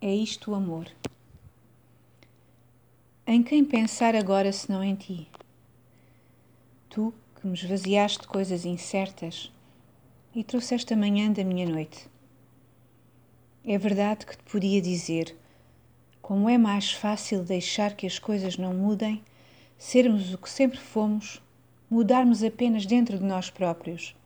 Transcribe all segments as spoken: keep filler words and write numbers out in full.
É isto o amor. Em quem pensar agora senão em ti? Tu que me esvaziaste de coisas incertas e trouxeste a manhã da minha noite. É verdade que te podia dizer como é mais fácil deixar que as coisas não mudem, sermos o que sempre fomos, mudarmos apenas dentro de nós próprios.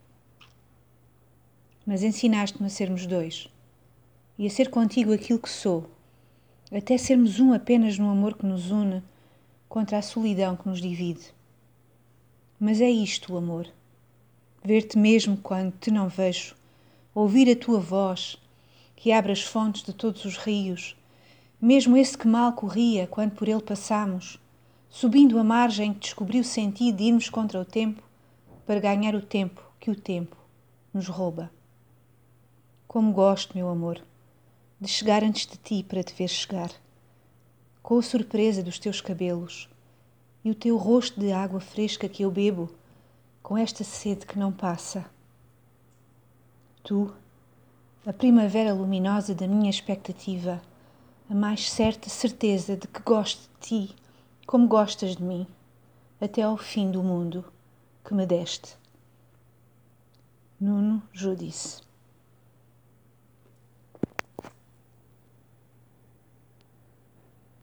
Mas ensinaste-me a sermos dois e a ser contigo aquilo que sou, até sermos um apenas no amor que nos une contra a solidão que nos divide. Mas é isto o amor. Ver-te mesmo quando te não vejo, ouvir a tua voz, que abre as fontes de todos os rios, mesmo esse que mal corria quando por ele passamos, subindo a margem que descobriu o sentido de irmos contra o tempo para ganhar o tempo que o tempo nos rouba. Como gosto, meu amor, de chegar antes de ti para te ver chegar, com a surpresa dos teus cabelos e o teu rosto de água fresca que eu bebo, com esta sede que não passa. Tu, a primavera luminosa da minha expectativa, a mais certa certeza de que gosto de ti como gostas de mim, até ao fim do mundo que me deste. Nuno Judice.